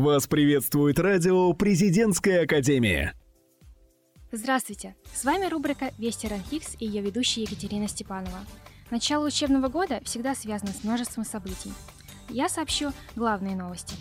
Вас приветствует радио «Президентская академия». Здравствуйте! С вами рубрика «Вести РАНХИКС» и ее ведущая Екатерина Степанова. Начало учебного года всегда связано с множеством событий. Я сообщу главные новости.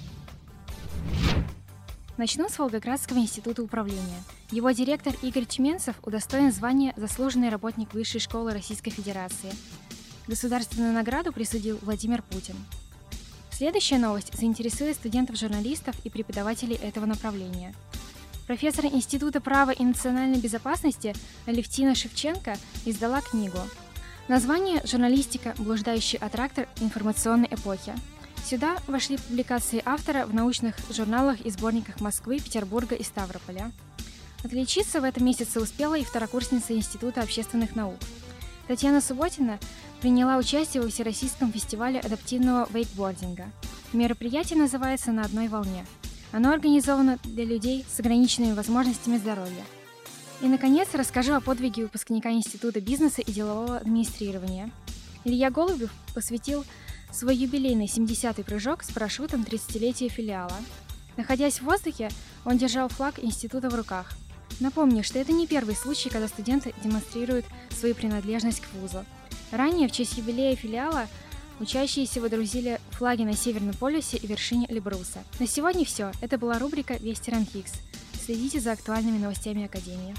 Начну с Волгоградского института управления. Его директор Игорь Тюменцев удостоен звания «Заслуженный работник Высшей школы Российской Федерации». Государственную награду присудил Владимир Путин. Следующая новость заинтересует студентов-журналистов и преподавателей этого направления. Профессор Института права и национальной безопасности Алевтина Шевченко издала книгу. Название «Журналистика. Блуждающий аттрактор информационной эпохи». Сюда вошли публикации автора в научных журналах и сборниках Москвы, Петербурга и Ставрополя. Отличиться в этом месяце успела и второкурсница Института общественных наук. Татьяна Субботина приняла участие во Всероссийском фестивале адаптивного вейкбординга. Мероприятие называется «На одной волне». Оно организовано для людей с ограниченными возможностями здоровья. И, наконец, расскажу о подвиге выпускника Института бизнеса и делового администрирования. Илья Голубев посвятил свой юбилейный 70-й прыжок с парашютом 30-летия филиала. Находясь в воздухе, он держал флаг института в руках. Напомню, что это не первый случай, когда студенты демонстрируют свою принадлежность к вузу. Ранее, в честь юбилея филиала, учащиеся водрузили флаги на Северном полюсе и вершине Эльбруса. На сегодня все. Это была рубрика «Вести РАНХИКС». Следите за актуальными новостями Академии.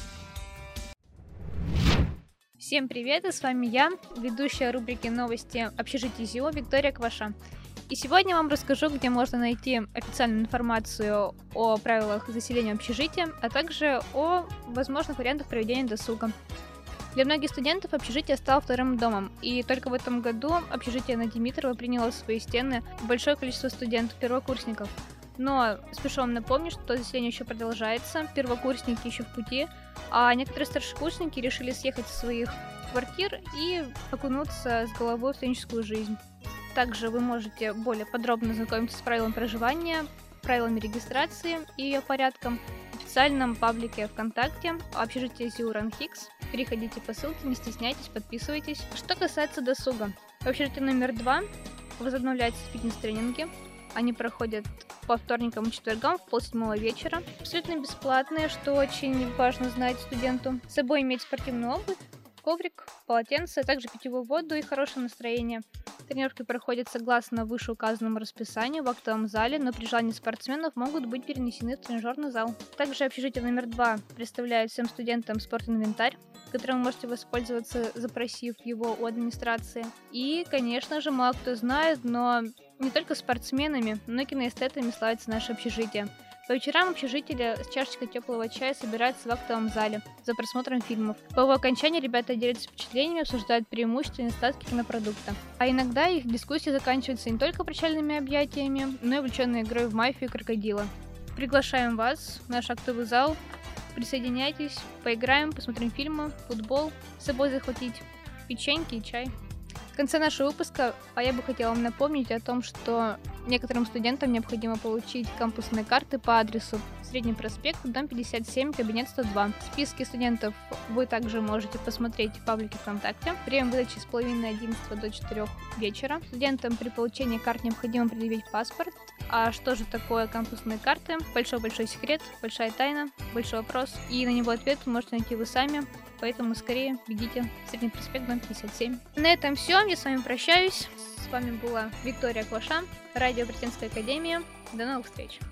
Всем привет, и с вами я, ведущая рубрики «Новости общежития ЗИО» Виктория Кваша. И сегодня я вам расскажу, где можно найти официальную информацию о правилах заселения общежития, а также о возможных вариантах проведения досуга. Для многих студентов общежитие стало вторым домом, и только в этом году общежитие на Димитрова приняло в свои стены большое количество студентов-первокурсников. Но спешу вам напомнить, что заселение еще продолжается, первокурсники еще в пути, а некоторые старшекурсники решили съехать со своих квартир и окунуться с головой в студенческую жизнь. Также вы можете более подробно знакомиться с правилами проживания, правилами регистрации и ее порядком в официальном паблике ВКонтакте общежитие ЗИО РАНХИКС. Переходите по ссылке, не стесняйтесь, подписывайтесь. Что касается досуга, в общежитии номер 2 возобновляются фитнес-тренинги. Они проходят по вторникам и четвергам в 6:30 вечера. Абсолютно бесплатные, что очень важно знать студенту. С собой иметь спортивную обувь, коврик, полотенце, а также питьевую воду и хорошее настроение. Тренировки проходят согласно вышеуказанному расписанию в актовом зале, но при желании спортсменов могут быть перенесены в тренажерный зал. Также общежитие номер 2 представляет всем студентам спортинвентарь, которым вы можете воспользоваться, запросив его у администрации. И, конечно же, мало кто знает, но не только спортсменами, но и киноэстетами славится наше общежитие. По вечерам общежители с чашечкой теплого чая собираются в актовом зале за просмотром фильмов. По его окончании ребята делятся впечатлениями, обсуждают преимущества и недостатки кинопродукта. А иногда их дискуссии заканчиваются не только прощальными объятиями, но и увлеченной игрой в мафию и крокодила. Приглашаем вас в наш актовый зал. Присоединяйтесь, поиграем, посмотрим фильмы, футбол, с собой захватить печеньки и чай. В конце нашего выпуска я бы хотела вам напомнить о том, что некоторым студентам необходимо получить кампусные карты по адресу Средний проспект, дом 57, кабинет 102. Списки студентов вы также можете посмотреть в паблике ВКонтакте. Время выдачи с половины 11 до 4 вечера. Студентам при получении карт необходимо предъявить паспорт. А что же такое кампусные карты? Большой-большой секрет, большая тайна, большой вопрос. И на него ответ можете найти вы сами. Поэтому скорее бегите в Средний проспект, дом 57. На этом все. Я с вами прощаюсь. С вами была Виктория Кваша, радио Президентская академия. До новых встреч.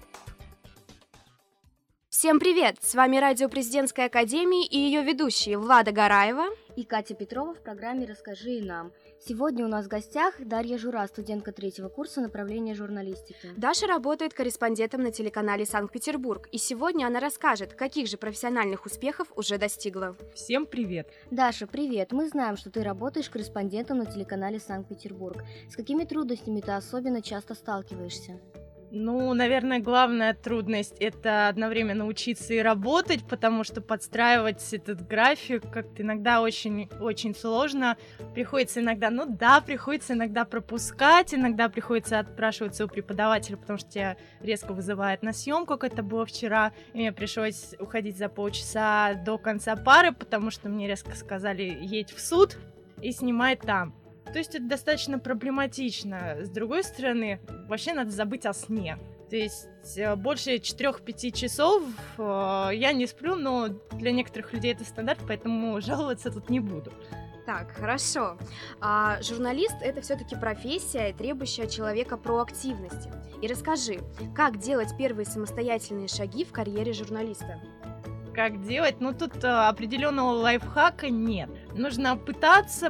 Всем привет! С вами радио Президентской академии и ее ведущие Влада Гараева и Катя Петрова в программе «Расскажи и нам». Сегодня у нас в гостях Дарья Жура, студентка 3-го курса направления журналистики. Даша работает корреспондентом на телеканале Санкт-Петербург, и сегодня она расскажет, каких же профессиональных успехов уже достигла. Всем привет! Даша, привет! Мы знаем, что ты работаешь корреспондентом на телеканале Санкт-Петербург. С какими трудностями ты особенно часто сталкиваешься? Ну, наверное, главная трудность — это одновременно учиться и работать, потому что подстраивать этот график как-то иногда очень сложно. Приходится иногда пропускать, иногда приходится отпрашиваться у преподавателя, потому что тебя резко вызывают на съемку, как это было вчера, и мне пришлось уходить за полчаса до конца пары, потому что мне резко сказали: едь в суд и снимай там. То есть это достаточно проблематично. С другой стороны, вообще надо забыть о сне. То есть больше 4-5 часов я не сплю, но для некоторых людей это стандарт, поэтому жаловаться тут не буду. Так, хорошо. Журналист — это все-таки профессия, требующая от человека проактивности. И расскажи, как делать первые самостоятельные шаги в карьере журналиста? Как делать? Ну, тут определенного лайфхака нет. Нужно пытаться,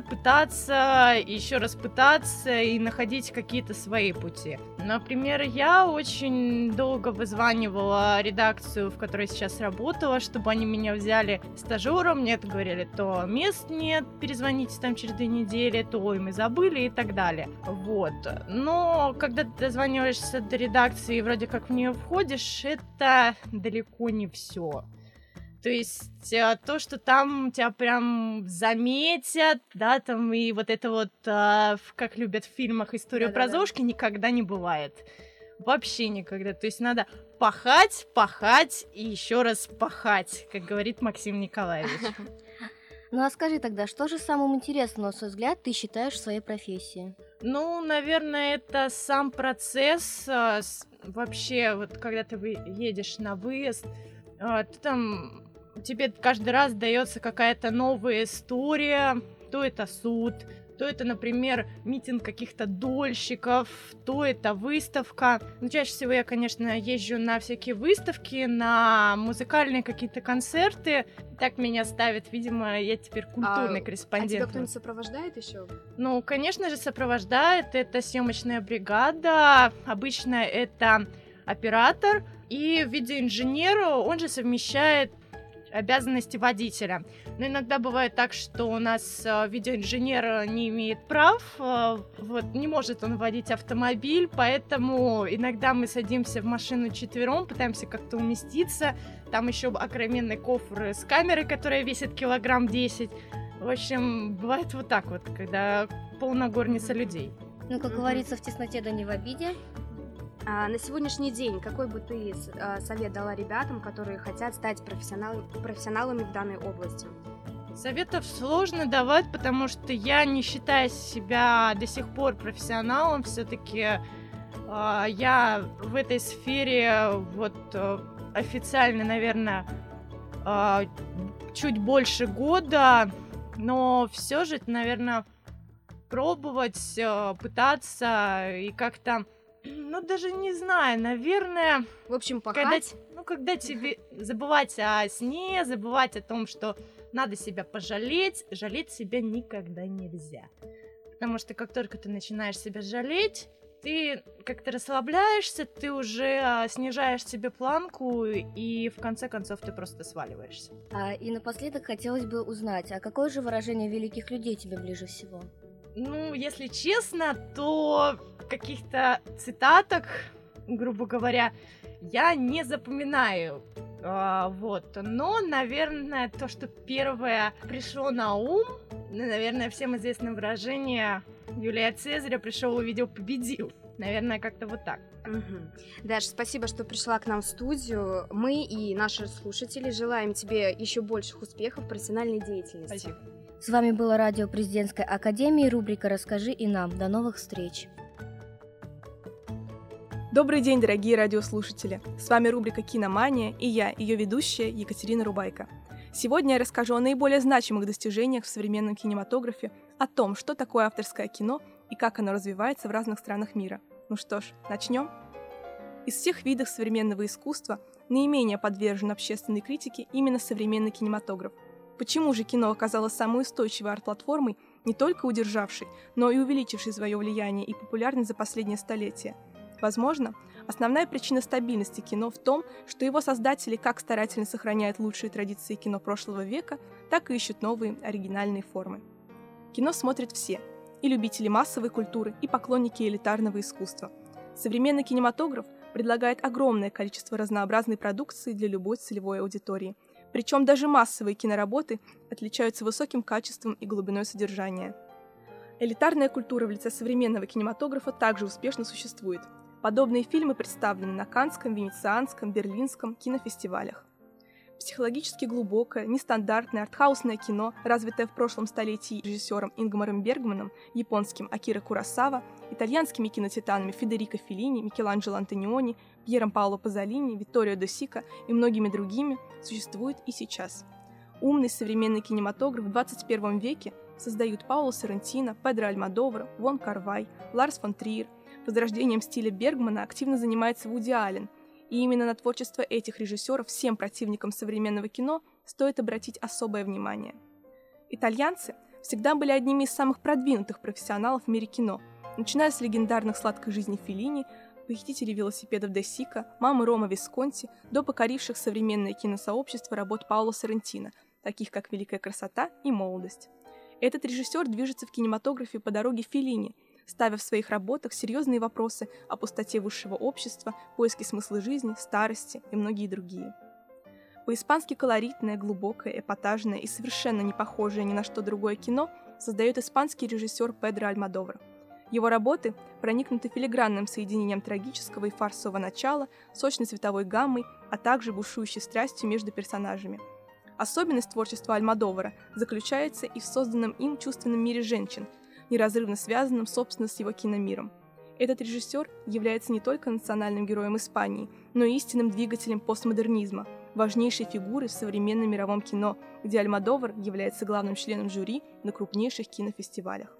еще раз пытаться и находить какие-то свои пути. Например, я очень долго вызванивала редакцию, в которой сейчас работала, чтобы они меня взяли стажером. Мне это говорили, то мест нет, перезвоните там через 2 недели, то ой, мы забыли и так далее. Вот. Но когда ты дозваниваешься до редакции и вроде как в нее входишь, это далеко не все. То есть то, что там тебя прям заметят, да, там и вот это вот, как любят в фильмах историю про Золушки, никогда не бывает. Вообще никогда. То есть надо пахать и еще раз пахать, как говорит Максим Николаевич. Ну а скажи тогда, что же самым интересным, на свой взгляд, ты считаешь в своей профессии? Ну, наверное, это сам процесс. Вообще, вот когда ты едешь на выезд, ты там... Тебе каждый раз дается какая-то новая история, то это суд, то это, например, митинг каких-то дольщиков, то это выставка. Но чаще всего я, конечно, езжу на всякие выставки, на музыкальные какие-то концерты. Так меня ставят, видимо, я теперь культурный корреспондент. А тебя кто-нибудь сопровождает еще? Ну, конечно же, сопровождает. Это съемочная бригада. Обычно это оператор и видеоинженер, он же совмещает обязанности водителя. Но иногда бывает так, что у нас видеоинженер не имеет прав, вот, не может он водить автомобиль, поэтому иногда мы садимся в машину 4, пытаемся как-то уместиться. Там еще огроменный кофр с камерой, которая весит 10 килограмм. В общем, бывает вот так вот, когда полная горница людей. Ну, как говорится, в тесноте да не в обиде. На сегодняшний день какой бы ты совет дала ребятам, которые хотят стать профессионалами в данной области? Советов сложно давать, потому что я не считаю себя до сих пор профессионалом. Все-таки я в этой сфере вот официально, наверное, чуть больше года, но все же, наверное, пробовать, пытаться и как-то... Ну, даже не знаю, наверное... В общем, пахать? Когда тебе забывать о сне, забывать о том, что надо себя пожалеть, жалеть себя никогда нельзя. Потому что как только ты начинаешь себя жалеть, ты как-то расслабляешься, ты уже снижаешь себе планку, и в конце концов ты просто сваливаешься. И напоследок хотелось бы узнать, а какое же выражение великих людей тебе ближе всего? Ну, если честно, то каких-то цитаток, грубо говоря, я не запоминаю. Вот. Но, наверное, то, что первое пришло на ум, наверное, всем известное выражение Юлия Цезаря: пришел, увидел, победил. Наверное, как-то вот так. Даш, спасибо, что пришла к нам в студию. Мы и наши слушатели желаем тебе еще больших успехов в профессиональной деятельности. Спасибо. С вами было радио Президентской академии, рубрика «Расскажи и нам». До новых встреч! Добрый день, дорогие радиослушатели! С вами рубрика «Киномания» и я, ее ведущая Екатерина Рубайко. Сегодня я расскажу о наиболее значимых достижениях в современном кинематографе, о том, что такое авторское кино и как оно развивается в разных странах мира. Ну что ж, начнем? Из всех видов современного искусства наименее подвержен общественной критике именно современный кинематограф. Почему же кино оказалось самой устойчивой арт-платформой, не только удержавшей, но и увеличившей свое влияние и популярность за последнее столетие? Возможно, основная причина стабильности кино в том, что его создатели как старательно сохраняют лучшие традиции кино прошлого века, так и ищут новые оригинальные формы. Кино смотрят все – и любители массовой культуры, и поклонники элитарного искусства. Современный кинематограф предлагает огромное количество разнообразной продукции для любой целевой аудитории. Причем даже массовые киноработы отличаются высоким качеством и глубиной содержания. Элитарная культура в лице современного кинематографа также успешно существует. Подобные фильмы представлены на Каннском, Венецианском, Берлинском кинофестивалях. Психологически глубокое, нестандартное артхаусное кино, развитое в прошлом столетии режиссером Ингмаром Бергманом, японским Акира Куросава, итальянскими кинотитанами Федерико Феллини, Микеланджело Антониони, Пьером Паоло Пазолини, Витторио де Сика и многими другими, существует и сейчас. Умный современный кинематограф в 21 веке создают Паоло Соррентино, Педро Альмодовар, Вон Кар-вай, Ларс фон Триер. Возрождением стиля Бергмана активно занимается Вуди Аллен, и именно на творчество этих режиссеров всем противникам современного кино стоит обратить особое внимание. Итальянцы всегда были одними из самых продвинутых профессионалов в мире кино, начиная с легендарных «Сладкой жизни» Феллини, «Похитителей велосипедов» де Сика, «Мамы Рома Висконти» до покоривших современное киносообщество работ Паоло Соррентино, таких как «Великая красота» и «Молодость». Этот режиссер движется в кинематографе по дороге Феллини, ставя в своих работах серьезные вопросы о пустоте высшего общества, поиске смысла жизни, старости и многие другие. По-испански колоритное, глубокое, эпатажное и совершенно не похожее ни на что другое кино создает испанский режиссер Педро Альмодовар. Его работы проникнуты филигранным соединением трагического и фарсового начала, сочной цветовой гаммой, а также бушующей страстью между персонажами. Особенность творчества Альмодовара заключается и в созданном им чувственном мире женщин, неразрывно связанным, собственно, с его киномиром. Этот режиссер является не только национальным героем Испании, но и истинным двигателем постмодернизма, важнейшей фигурой в современном мировом кино, где Альмодовар является главным членом жюри на крупнейших кинофестивалях.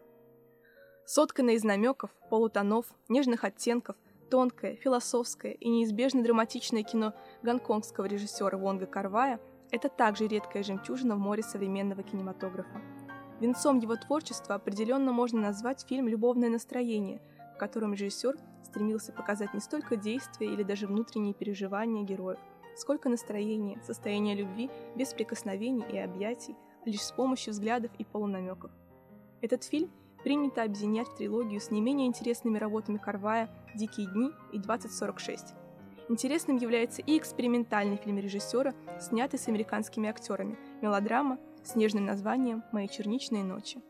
Сотканное из намеков, полутонов, нежных оттенков, тонкое, философское и неизбежно драматичное кино гонконгского режиссера Вонга Кар-вая – это также редкая жемчужина в море современного кинематографа. Венцом его творчества определенно можно назвать фильм «Любовное настроение», в котором режиссер стремился показать не столько действия или даже внутренние переживания героев, сколько настроение, состояние любви без прикосновений и объятий, лишь с помощью взглядов и полунамеков. Этот фильм принято объединять в трилогию с не менее интересными работами Кар-вая «Дикие дни» и «2046». Интересным является и экспериментальный фильм режиссера, снятый с американскими актерами, мелодрама с нежным названием «Мои черничные ночи».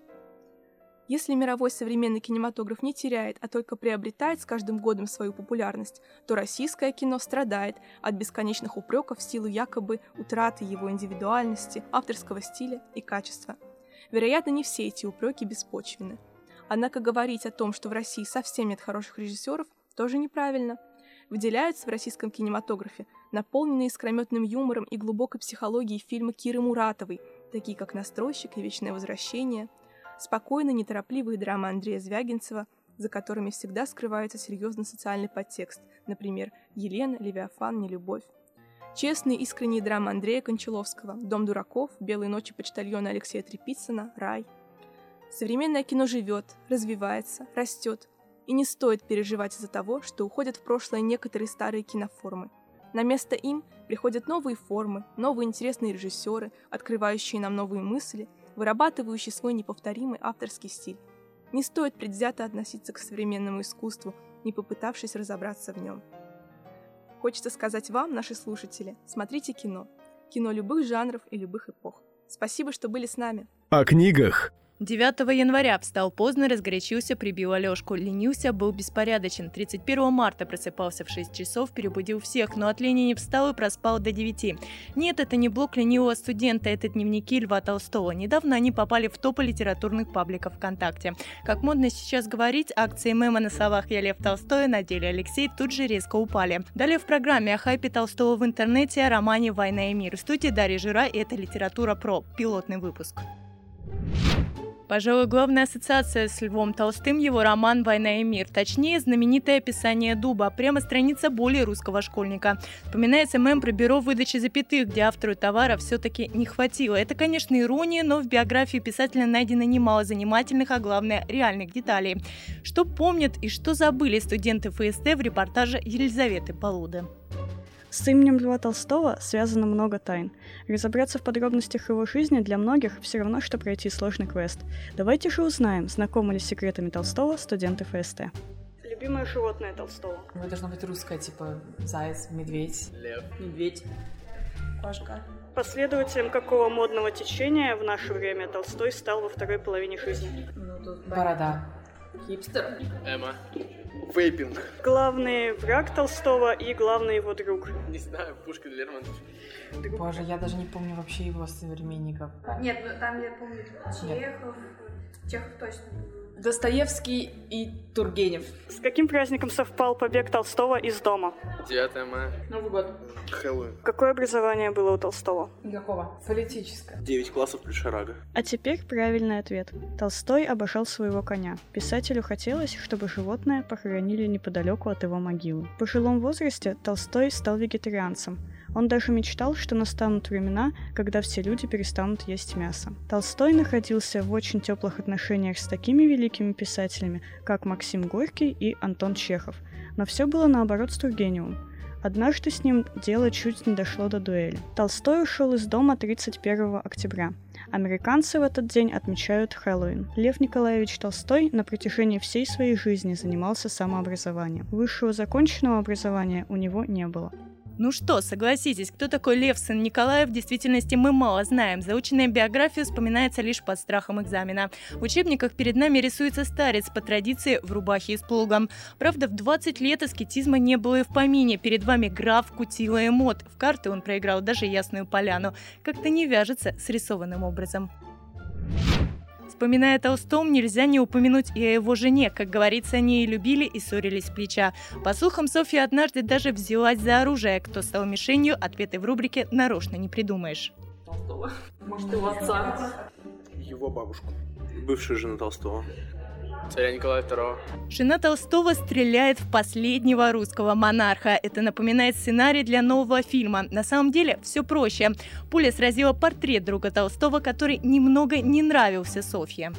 Если мировой современный кинематограф не теряет, а только приобретает с каждым годом свою популярность, то российское кино страдает от бесконечных упреков в силу якобы утраты его индивидуальности, авторского стиля и качества. Вероятно, не все эти упреки беспочвенны. Однако говорить о том, что в России совсем нет хороших режиссеров, тоже неправильно. Выделяются в российском кинематографе наполненные искрометным юмором и глубокой психологией фильмы Киры Муратовой, такие как «Настройщик» и «Вечное возвращение», спокойные, неторопливые драмы Андрея Звягинцева, за которыми всегда скрывается серьезный социальный подтекст, например, «Елена», «Левиафан», «Нелюбовь». Честные, искренние драмы Андрея Кончаловского, «Дом дураков», «Белые ночи» почтальона Алексея Трепицына, «Рай». Современное кино живет, развивается, растет, и не стоит переживать из-за того, что уходят в прошлое некоторые старые киноформы. На место им приходят новые формы, новые интересные режиссеры, открывающие нам новые мысли, вырабатывающие свой неповторимый авторский стиль. Не стоит предвзято относиться к современному искусству, не попытавшись разобраться в нем. Хочется сказать вам, наши слушатели, смотрите кино. Кино любых жанров и любых эпох. Спасибо, что были с нами. О книгах. 9 января встал поздно, разгорячился, прибил Алёшку. Ленился, был беспорядочен. 31 марта просыпался в 6 часов, перебудил всех, но от лени не встал и проспал до 9. Нет, это не блог ленивого студента, это дневники Льва Толстого. Недавно они попали в топы литературных пабликов ВКонтакте. Как модно сейчас говорить, акции мема на словах «Я Лев Толстой», а на деле Алексей тут же резко упали. Далее в программе о хайпе Толстого в интернете, о романе «Война и мир». В студии Дарья Жира, и это «Литература про», пилотный выпуск. Пожалуй, главная ассоциация с Львом Толстым – его роман «Война и мир». Точнее, знаменитое описание дуба. Прямо страница боли русского школьника. Вспоминается мем про бюро выдачи запятых, где автору товара все-таки не хватило. Это, конечно, ирония, но в биографии писателя найдено немало занимательных, а главное, реальных деталей. Что помнят и что забыли студенты ФСТ в репортаже Елизаветы Полуды. С именем Льва Толстого связано много тайн. Разобраться в подробностях его жизни для многих все равно, что пройти сложный квест. Давайте же узнаем, знакомы ли с секретами Толстого студенты ФСТ. Любимое животное Толстого? Это должно быть русское, типа заяц, медведь. Лев. Медведь. Кошка. Последователем какого модного течения в наше время Толстой стал во второй половине жизни? Борода. Хипстер. Эмма. Вейпинг. Главный враг Толстого и главный его друг. Не знаю, Пушкин, Лермонтов. Боже, я даже не помню вообще его современников. Нет, там я помню Чехов. Чехов точно. Достоевский и Тургенев. С каким праздником совпал побег Толстого из дома? 9 мая. Новый год. Хэллоуин. Какое образование было у Толстого? Никакого. Политическое. 9 классов плюс шарага. А теперь правильный ответ. Толстой обожал своего коня. Писателю хотелось, чтобы животное похоронили неподалеку от его могилы. В пожилом возрасте Толстой стал вегетарианцем. Он даже мечтал, что настанут времена, когда все люди перестанут есть мясо. Толстой находился в очень теплых отношениях с такими великими писателями, как Максим Горький и Антон Чехов. Но все было наоборот с Тургеневым. Однажды с ним дело чуть не дошло до дуэли. Толстой ушел из дома 31 октября. Американцы в этот день отмечают Хэллоуин. Лев Николаевич Толстой на протяжении всей своей жизни занимался самообразованием. Высшего законченного образования у него не было. Ну что, согласитесь, кто такой Лев, сын Николая, в действительности мы мало знаем. Заученная биография вспоминается лишь под страхом экзамена. В учебниках перед нами рисуется старец, по традиции в рубахе и с плугом. Правда, в 20 лет аскетизма не было и в помине. Перед вами граф Кутила и Мот. В карты он проиграл даже Ясную Поляну. Как-то не вяжется с рисованным образом. Вспоминая о Толстом, нельзя не упомянуть и о его жене. Как говорится, они и любили, и ссорились с плеча. По слухам, Софья однажды даже взялась за оружие. Кто стал мишенью, ответы в рубрике нарочно не придумаешь. Толстого. Может, его отца. Его бабушку. Бывшая жена Толстого. Царя Николая II. Жена Толстого стреляет в последнего русского монарха. Это напоминает сценарий для нового фильма. На самом деле все проще. Пуля сразила портрет друга Толстого, который немного не нравился Софье.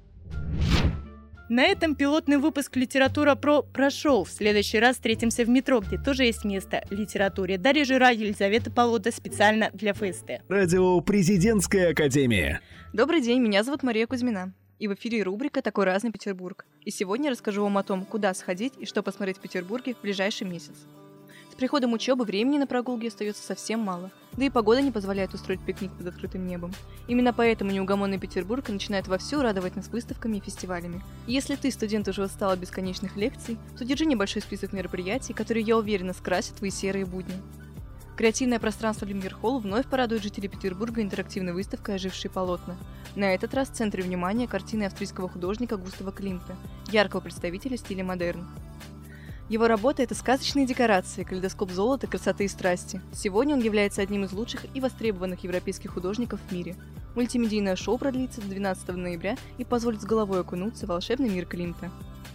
На этом пилотный выпуск «Литература про» прошел. В следующий раз встретимся в метро, где тоже есть место литературе. Дарья Жира, Елизавета Полода специально для ФСТ. Радио «Президентская академия». Добрый день, меня зовут Мария Кузьмина. И в эфире рубрика «Такой разный Петербург». И сегодня расскажу вам о том, куда сходить и что посмотреть в Петербурге в ближайший месяц. С приходом учебы времени на прогулки остается совсем мало, да и погода не позволяет устроить пикник под открытым небом. Именно поэтому неугомонный Петербург начинает вовсю радовать нас выставками и фестивалями. И если ты, студент, уже устал от бесконечных лекций, то держи небольшой список мероприятий, которые, я уверена, скрасят твои серые будни. Креативное пространство Люмьер-Холл вновь порадует жителей Петербурга интерактивной выставкой «Ожившие полотна». На этот раз в центре внимания картины австрийского художника Густава Климта, яркого представителя стиля модерн. Его работа – это сказочные декорации, калейдоскоп золота, красоты и страсти. Сегодня он является одним из лучших и востребованных европейских художников в мире. Мультимедийное шоу продлится до 12 ноября и позволит с головой окунуться в волшебный мир Климта.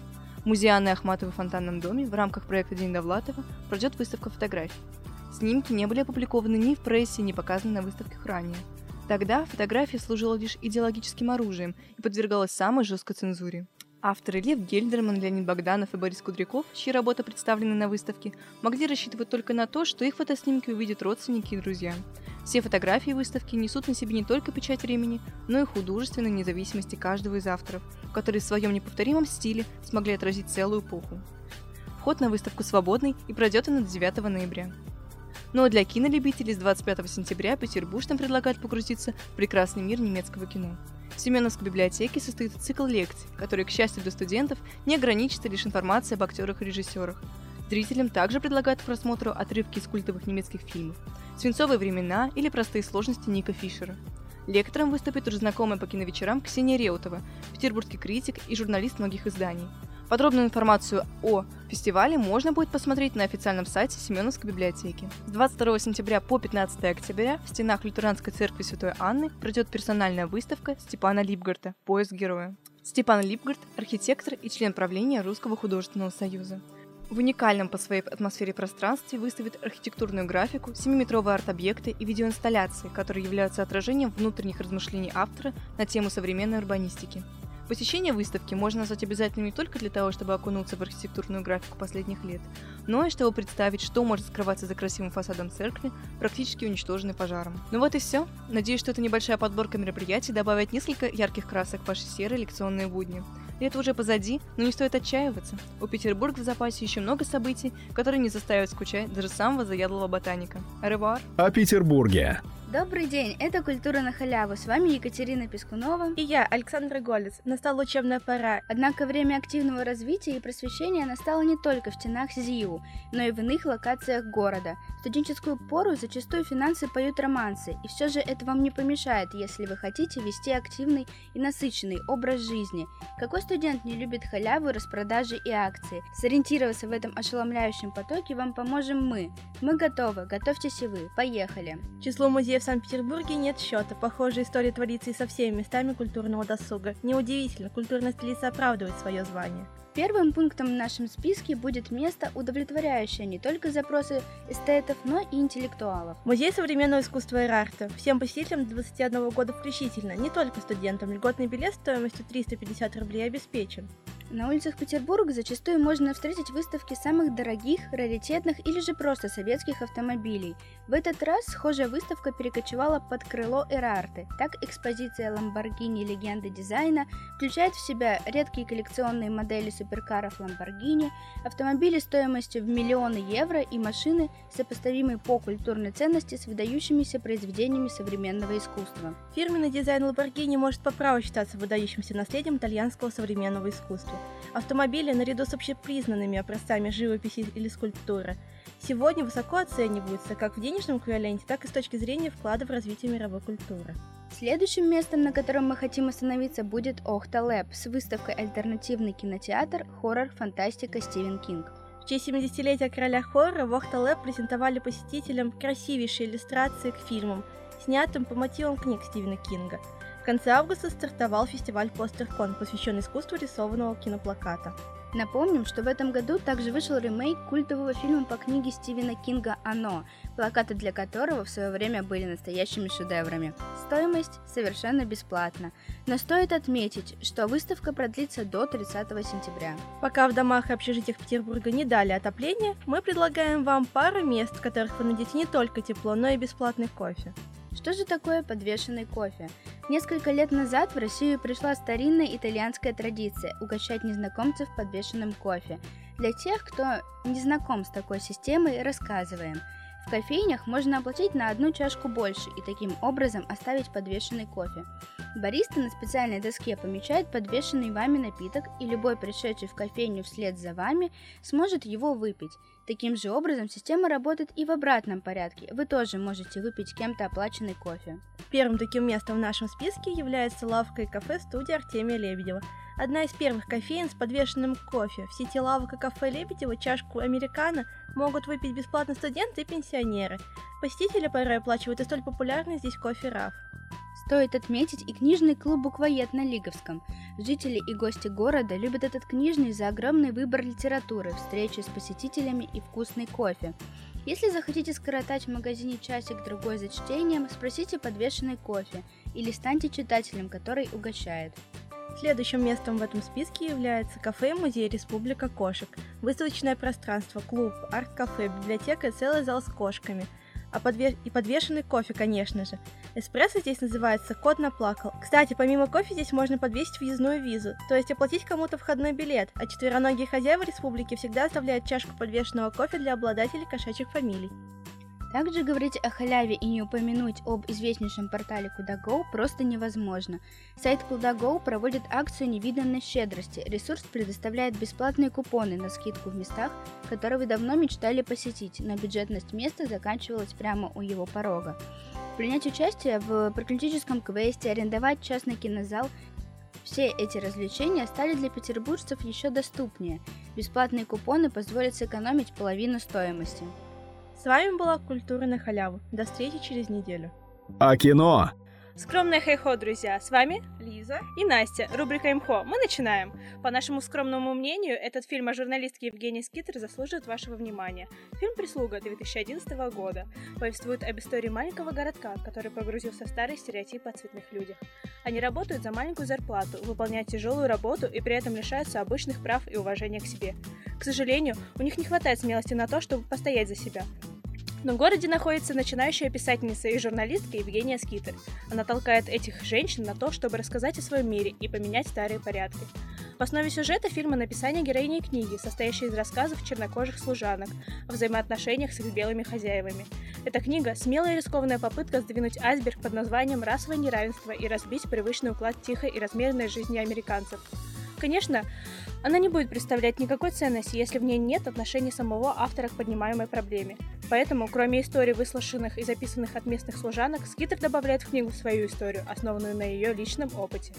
В музее Анны Ахматовой в Фонтанном доме в рамках проекта «День Довлатова» пройдет выставка фотографий. Снимки не были опубликованы ни в прессе, ни показаны на выставках ранее. Тогда фотография служила лишь идеологическим оружием и подвергалась самой жесткой цензуре. Авторы Лев Гельдерман, Леонид Богданов и Борис Кудряков, чьи работы представлены на выставке, могли рассчитывать только на то, что их фотоснимки увидят родственники и друзья. Все фотографии выставки несут на себе не только печать времени, но и художественной независимости каждого из авторов, которые в своем неповторимом стиле смогли отразить целую эпоху. Вход на выставку свободный и пройдет она до 9 ноября. Ну а для кинолюбителей с 25 сентября петербуржцам предлагают погрузиться в прекрасный мир немецкого кино. В Семеновской библиотеке состоит цикл лекций, который, к счастью для студентов, не ограничится лишь информацией об актерах и режиссерах. Зрителям также предлагают к просмотру отрывки из культовых немецких фильмов «Свинцовые времена» или «Простые сложности» Ника Фишера. Лектором выступит уже знакомая по киновечерам Ксения Реутова, петербургский критик и журналист многих изданий. Подробную информацию о фестивале можно будет посмотреть на официальном сайте Семеновской библиотеки. С 22 сентября по 15 октября в стенах Лютеранской церкви Святой Анны пройдет персональная выставка Степана Липгарта «Поиск героя». Степан Липгарт – архитектор и член правления Русского художественного союза. В уникальном по своей атмосфере пространстве выставит архитектурную графику, 7-метровые арт-объекты и видеоинсталляции, которые являются отражением внутренних размышлений автора на тему современной урбанистики. Посещение выставки можно назвать обязательным не только для того, чтобы окунуться в архитектурную графику последних лет, но и чтобы представить, что может скрываться за красивым фасадом церкви, практически уничтоженной пожаром. Ну вот и все. Надеюсь, что эта небольшая подборка мероприятий добавит несколько ярких красок в ваши серые лекционные будни. Лето уже позади, но не стоит отчаиваться. У Петербурга в запасе еще много событий, которые не заставят скучать даже самого заядлого ботаника. Au revoir! О Петербурге. Добрый день, это «Культура на халяву». С вами Екатерина Пискунова. И я, Александра Голец. Настала учебная пора. Однако время активного развития и просвещения настало не только в стенах ЗИУ, но и в иных локациях города. В студенческую пору зачастую финансы поют романсы, и все же это вам не помешает, если вы хотите вести активный и насыщенный образ жизни. Какой студент не любит халяву, распродажи и акции? Сориентироваться в этом ошеломляющем потоке вам поможем мы. Мы готовы, готовьтесь и вы. Поехали! Число музеев в Санкт-Петербурге нет счета. Похожая история творится и со всеми местами культурного досуга. Неудивительно, культурная столица оправдывает свое звание. Первым пунктом в нашем списке будет место, удовлетворяющее не только запросы эстетов, но и интеллектуалов. Музей современного искусства Эрарта. Всем посетителям до 21 года включительно, не только студентам. Льготный билет стоимостью 350 рублей обеспечен. На улицах Петербурга зачастую можно встретить выставки самых дорогих, раритетных или же просто советских автомобилей. В этот раз схожая выставка перекочевала под крыло Эрарты. Так, экспозиция Lamborghini «Легенды дизайна» включает в себя редкие коллекционные модели суперкаров Lamborghini, автомобили стоимостью в миллионы евро и машины, сопоставимые по культурной ценности с выдающимися произведениями современного искусства. Фирменный дизайн Lamborghini может по праву считаться выдающимся наследием итальянского современного искусства. Автомобили, наряду с общепризнанными образцами живописи или скульптуры, сегодня высоко оцениваются как в денежном эквиваленте, так и с точки зрения вклада в развитие мировой культуры. Следующим местом, на котором мы хотим остановиться, будет Охта Лэб с выставкой «Альтернативный кинотеатр. Хоррор. Фантастика. Стивен Кинг». В честь 70-летия короля хоррора в Охта Лэб презентовали посетителям красивейшие иллюстрации к фильмам, снятым по мотивам книг Стивена Кинга. В конце августа стартовал фестиваль PosterCon, посвященный искусству рисованного киноплаката. Напомним, что в этом году также вышел ремейк культового фильма по книге Стивена Кинга «Оно», плакаты для которого в свое время были настоящими шедеврами. Стоимость совершенно бесплатна, но стоит отметить, что выставка продлится до 30 сентября. Пока в домах и общежитиях Петербурга не дали отопления, мы предлагаем вам пару мест, в которых вы найдете не только тепло, но и бесплатный кофе. Что же такое подвешенный кофе? Несколько лет назад в Россию пришла старинная итальянская традиция угощать незнакомцев подвешенным кофе. Для тех, кто не знаком с такой системой, рассказываем. В кофейнях можно оплатить на одну чашку больше и таким образом оставить подвешенный кофе. Бариста на специальной доске помечает подвешенный вами напиток, и любой пришедший в кофейню вслед за вами сможет его выпить. Таким же образом система работает и в обратном порядке. Вы тоже можете выпить кем-то оплаченный кофе. Первым таким местом в нашем списке является лавка и кафе студии Артемия Лебедева. Одна из первых кофеен с подвешенным кофе. В сети лавок и кафе Лебедева чашку американо могут выпить бесплатно студенты и пенсионеры. Посетители порой оплачивают и столь популярный здесь кофе раф. Стоит отметить и книжный клуб «Буквоед» на Лиговском. Жители и гости города любят этот книжный за огромный выбор литературы, встречи с посетителями и вкусный кофе. Если захотите скоротать в магазине часик-другой за чтением, спросите подвешенный кофе или станьте читателем, который угощает. Следующим местом в этом списке является кафе и музей «Республика кошек». Выставочное пространство, клуб, арт-кафе, библиотека и целый зал с кошками. И подвешенный кофе, конечно же. Эспрессо здесь называется «Кот наплакал». Кстати, помимо кофе здесь можно подвесить въездную визу, то есть оплатить кому-то входной билет, а четвероногие хозяева республики всегда оставляют чашку подвешенного кофе для обладателей кошачьих фамилий. Также говорить о халяве и не упомянуть об известнейшем портале Куда.Go просто невозможно. Сайт Куда.Go проводит акцию невиданной щедрости. Ресурс предоставляет бесплатные купоны на скидку в местах, которые вы давно мечтали посетить, но бюджетность места заканчивалась прямо у его порога. Принять участие в приключенческом квесте, арендовать частный кинозал – все эти развлечения стали для петербуржцев еще доступнее. Бесплатные купоны позволят сэкономить половину стоимости. С вами была «Культура на халяву». До встречи через неделю. А кино? Скромное хей-хо, друзья! С вами Лиза и Настя. Рубрика «Имхо». Мы начинаем. По нашему скромному мнению, этот фильм о журналистке Евгении Скитер заслуживает вашего внимания. Фильм «Прислуга» 2011 года повествует об истории маленького городка, который погрузился в старые стереотипы о цветных людях. Они работают за маленькую зарплату, выполняют тяжелую работу и при этом лишаются обычных прав и уважения к себе. К сожалению, у них не хватает смелости на то, чтобы постоять за себя. Но в городе находится начинающая писательница и журналистка Евгения Скитер. Она толкает этих женщин на то, чтобы рассказать о своем мире и поменять старые порядки. В основе сюжета фильма написание героини книги, состоящей из рассказов чернокожих служанок о взаимоотношениях с их белыми хозяевами. Эта книга — смелая и рискованная попытка сдвинуть айсберг под названием «Расовое неравенство» и разбить привычный уклад тихой и размеренной жизни американцев. Конечно, она не будет представлять никакой ценности, если в ней нет отношения самого автора к поднимаемой проблеме. Поэтому, кроме историй, выслушанных и записанных от местных служанок, Скитер добавляет в книгу свою историю, основанную на ее личном опыте.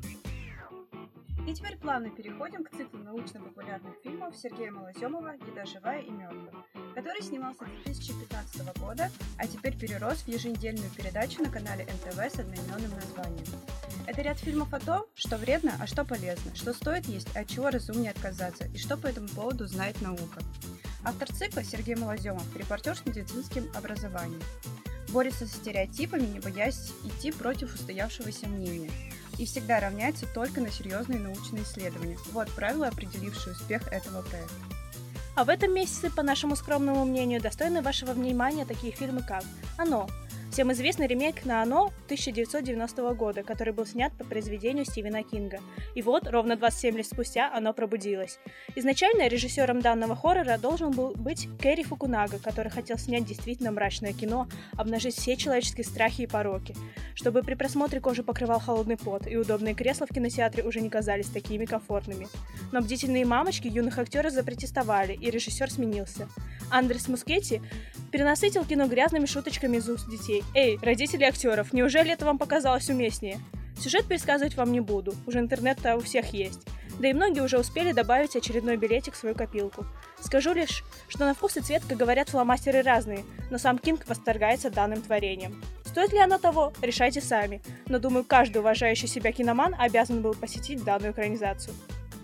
И теперь плавно переходим к циклу научно-популярных фильмов Сергея Малоземова «Еда живая и мертвая», который снимался с 2015 года, а теперь перерос в еженедельную передачу на канале НТВ с одноименным названием. Это ряд фильмов о том, что вредно, а что полезно, что стоит есть, а от чего разумнее отказаться, и что по этому поводу знает наука. Автор цикла Сергей Малоземов, репортер с медицинским образованием. Борется со стереотипами, не боясь идти против устоявшегося мнения. И всегда равняется только на серьезные научные исследования. Вот правила, определившие успех этого проекта. А в этом месяце, по нашему скромному мнению, достойны вашего внимания такие фильмы, как «Оно». Всем известный ремейк на «Оно» 1990 года, который был снят по произведению Стивена Кинга. И вот, ровно 27 лет спустя, оно пробудилось. Изначально режиссером данного хоррора должен был быть Кэри Фукунага, который хотел снять действительно мрачное кино, обнажить все человеческие страхи и пороки, чтобы при просмотре кожу покрывал холодный пот, и удобные кресла в кинотеатре уже не казались такими комфортными. Но бдительные мамочки юных актеров запротестовали, и режиссер сменился. Андрес Мускетти перенасытил кино грязными шуточками из уст детей. Эй, родители актеров, неужели это вам показалось уместнее? Сюжет пересказывать вам не буду, уже интернет-то у всех есть. Да и многие уже успели добавить очередной билетик в свою копилку. Скажу лишь, что на вкус и цвет, как говорят, фломастеры разные, но сам Кинг восторгается данным творением. Стоит ли оно того, решайте сами, но думаю, каждый уважающий себя киноман обязан был посетить данную экранизацию.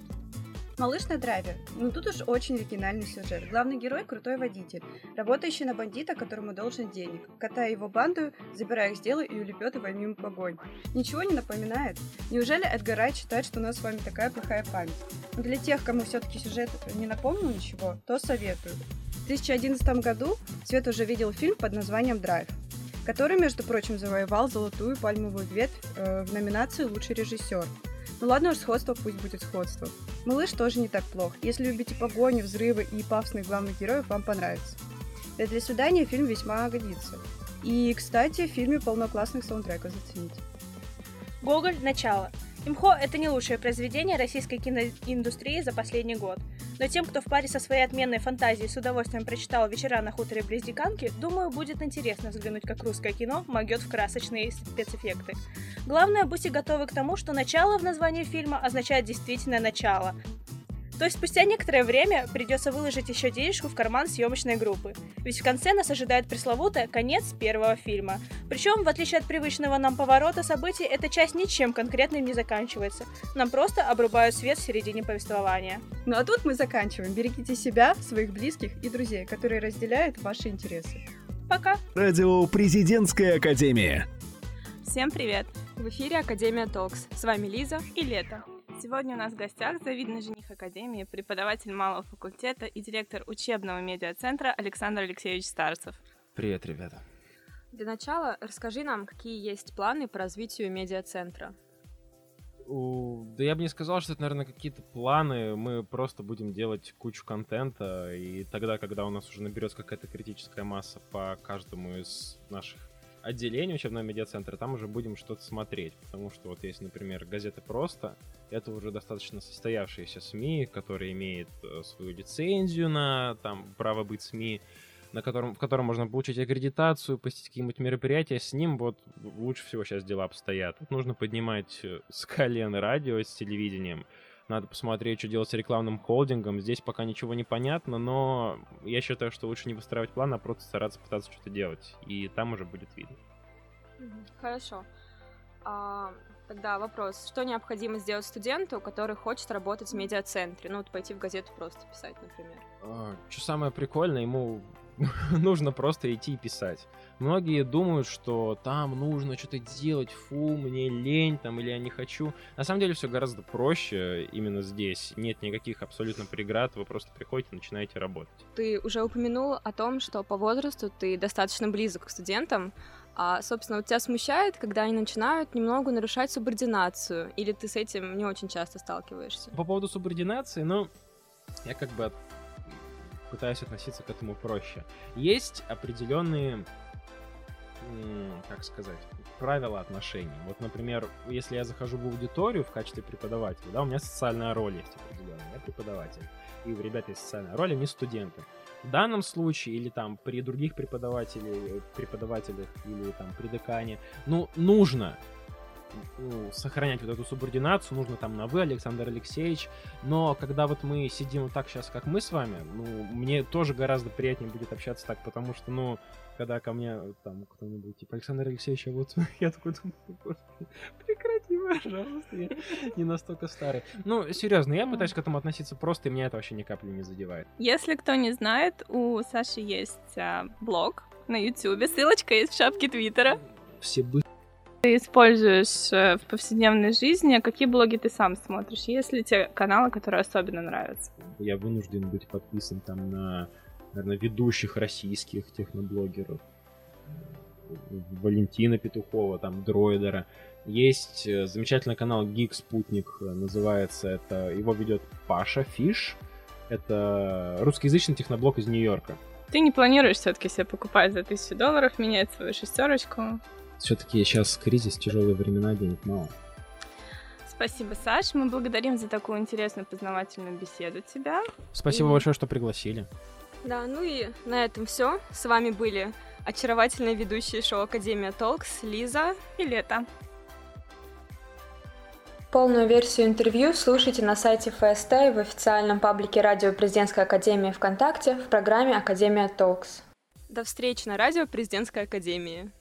«Малыш на драйве». Ну тут уж очень оригинальный сюжет. Главный герой — крутой водитель, работающий на бандита, которому должен денег. Катая его банду, забирая их с дела и улепетывая мимо погонь. Ничего не напоминает? Неужели Эдгар Райт считает, что у нас с вами такая плохая память? Но для тех, кому все-таки сюжет не напомнил ничего, то советую. В 2011 году Свет уже видел фильм под названием «Драйв», который, между прочим, завоевал золотую пальмовую ветвь в номинации «Лучший режиссер». Ну ладно уж, сходство пусть будет сходство. «Малыш» тоже не так плох. Если любите погони, взрывы и пафосных главных героев, вам понравится. Да и для свидания фильм весьма годится. И, кстати, в фильме полно классных саундтреков, зацените. «Гоголь. Начало». «Имхо» — это не лучшее произведение российской киноиндустрии за последний год. Но тем, кто в паре со своей отменной фантазией с удовольствием прочитал «Вечера на хуторе близ Диканки», думаю, будет интересно взглянуть, как русское кино могет в красочные спецэффекты. Главное, будьте готовы к тому, что «начало» в названии фильма означает действительно «начало». То есть спустя некоторое время придется выложить еще денежку в карман съемочной группы. Ведь в конце нас ожидает пресловутый конец первого фильма. Причем, в отличие от привычного нам поворота событий, эта часть ничем конкретным не заканчивается. Нам просто обрубают свет в середине повествования. Ну а тут мы заканчиваем. Берегите себя, своих близких и друзей, которые разделяют ваши интересы. Пока! Радио «Президентская академия». Всем привет! В эфире Академия Толкс. С вами Лиза и Лето. Сегодня у нас в гостях завидный жених Академии, преподаватель малого факультета и директор учебного медиацентра Александр Алексеевич Старцев. Привет, ребята. Для начала расскажи нам, какие есть планы по развитию медиацентра. Да я бы не сказал, что это, наверное, какие-то планы. Мы просто будем делать кучу контента, и тогда, когда у нас уже наберется какая-то критическая масса по каждому из наших отделений учебного медиацентра, там уже будем что-то смотреть. Потому что вот есть, например, газета «Просто». Это уже достаточно состоявшиеся СМИ, которые имеют свою лицензию на право быть СМИ, в котором можно получить аккредитацию, посетить какие-нибудь мероприятия. С ним вот лучше всего сейчас дела обстоят. Тут нужно поднимать с колен радио с телевидением. Надо посмотреть, что делать с рекламным холдингом. Здесь пока ничего не понятно, но я считаю, что лучше не выстраивать план, а просто стараться пытаться что-то делать. И там уже будет видно. Хорошо. Тогда вопрос. Что необходимо сделать студенту, который хочет работать в медиацентре? Ну, вот пойти в газету просто писать, например. Что самое прикольное, ему нужно просто идти и писать. Многие думают, что там нужно что-то делать, фу, мне лень, или я не хочу. На самом деле все гораздо проще именно здесь. Нет никаких абсолютно преград, вы просто приходите и начинаете работать. Ты уже упомянул о том, что по возрасту ты достаточно близок к студентам. Собственно, вот тебя смущает, когда они начинают немного нарушать субординацию, или ты с этим не очень часто сталкиваешься? По поводу субординации, я как бы пытаюсь относиться к этому проще. Есть определенные, как сказать, правила отношений. Вот, например, если я захожу в аудиторию в качестве преподавателя, да, у меня социальная роль есть определенная, я преподаватель, и у ребят есть социальная роль, они студенты. В данном случае, или там при других преподавателях, или там при декане, нужно сохранять вот эту субординацию, нужно там на «вы», Александр Алексеевич, но когда вот мы сидим вот так сейчас, как мы с вами, мне тоже гораздо приятнее будет общаться так, потому что, когда ко мне там кто-нибудь, типа, Александр Алексеевич, а вот я такой думаю, прекрати, пожалуйста, я не настолько старый. Серьезно, я пытаюсь к этому относиться просто, и меня это вообще ни капли не задевает. Если кто не знает, у Саши есть блог на YouTube, ссылочка есть в шапке Твиттера. Все ты используешь в повседневной жизни, какие блоги ты сам смотришь? Есть ли те каналы, которые особенно нравятся? Я вынужден быть подписан там на, наверное, ведущих российских техноблогеров. Валентина Петухова, там, Дроидера. Есть замечательный канал Geek Спутник, называется это. Его ведет Паша Фиш. Это русскоязычный техноблог из Нью-Йорка. Ты не планируешь все-таки себе покупать за $1000, менять свою шестерочку? Все-таки сейчас кризис, тяжелые времена, денег мало. Спасибо, Саш. Мы благодарим за такую интересную познавательную беседу тебя. Спасибо большое, что пригласили. Да, и на этом все. С вами были очаровательные ведущие шоу Академия Толкс Лиза и Лето. Полную версию интервью слушайте на сайте ФСТ и в официальном паблике Радио Президентской Академии ВКонтакте в программе Академия Толкс. До встречи на Радио Президентской Академии.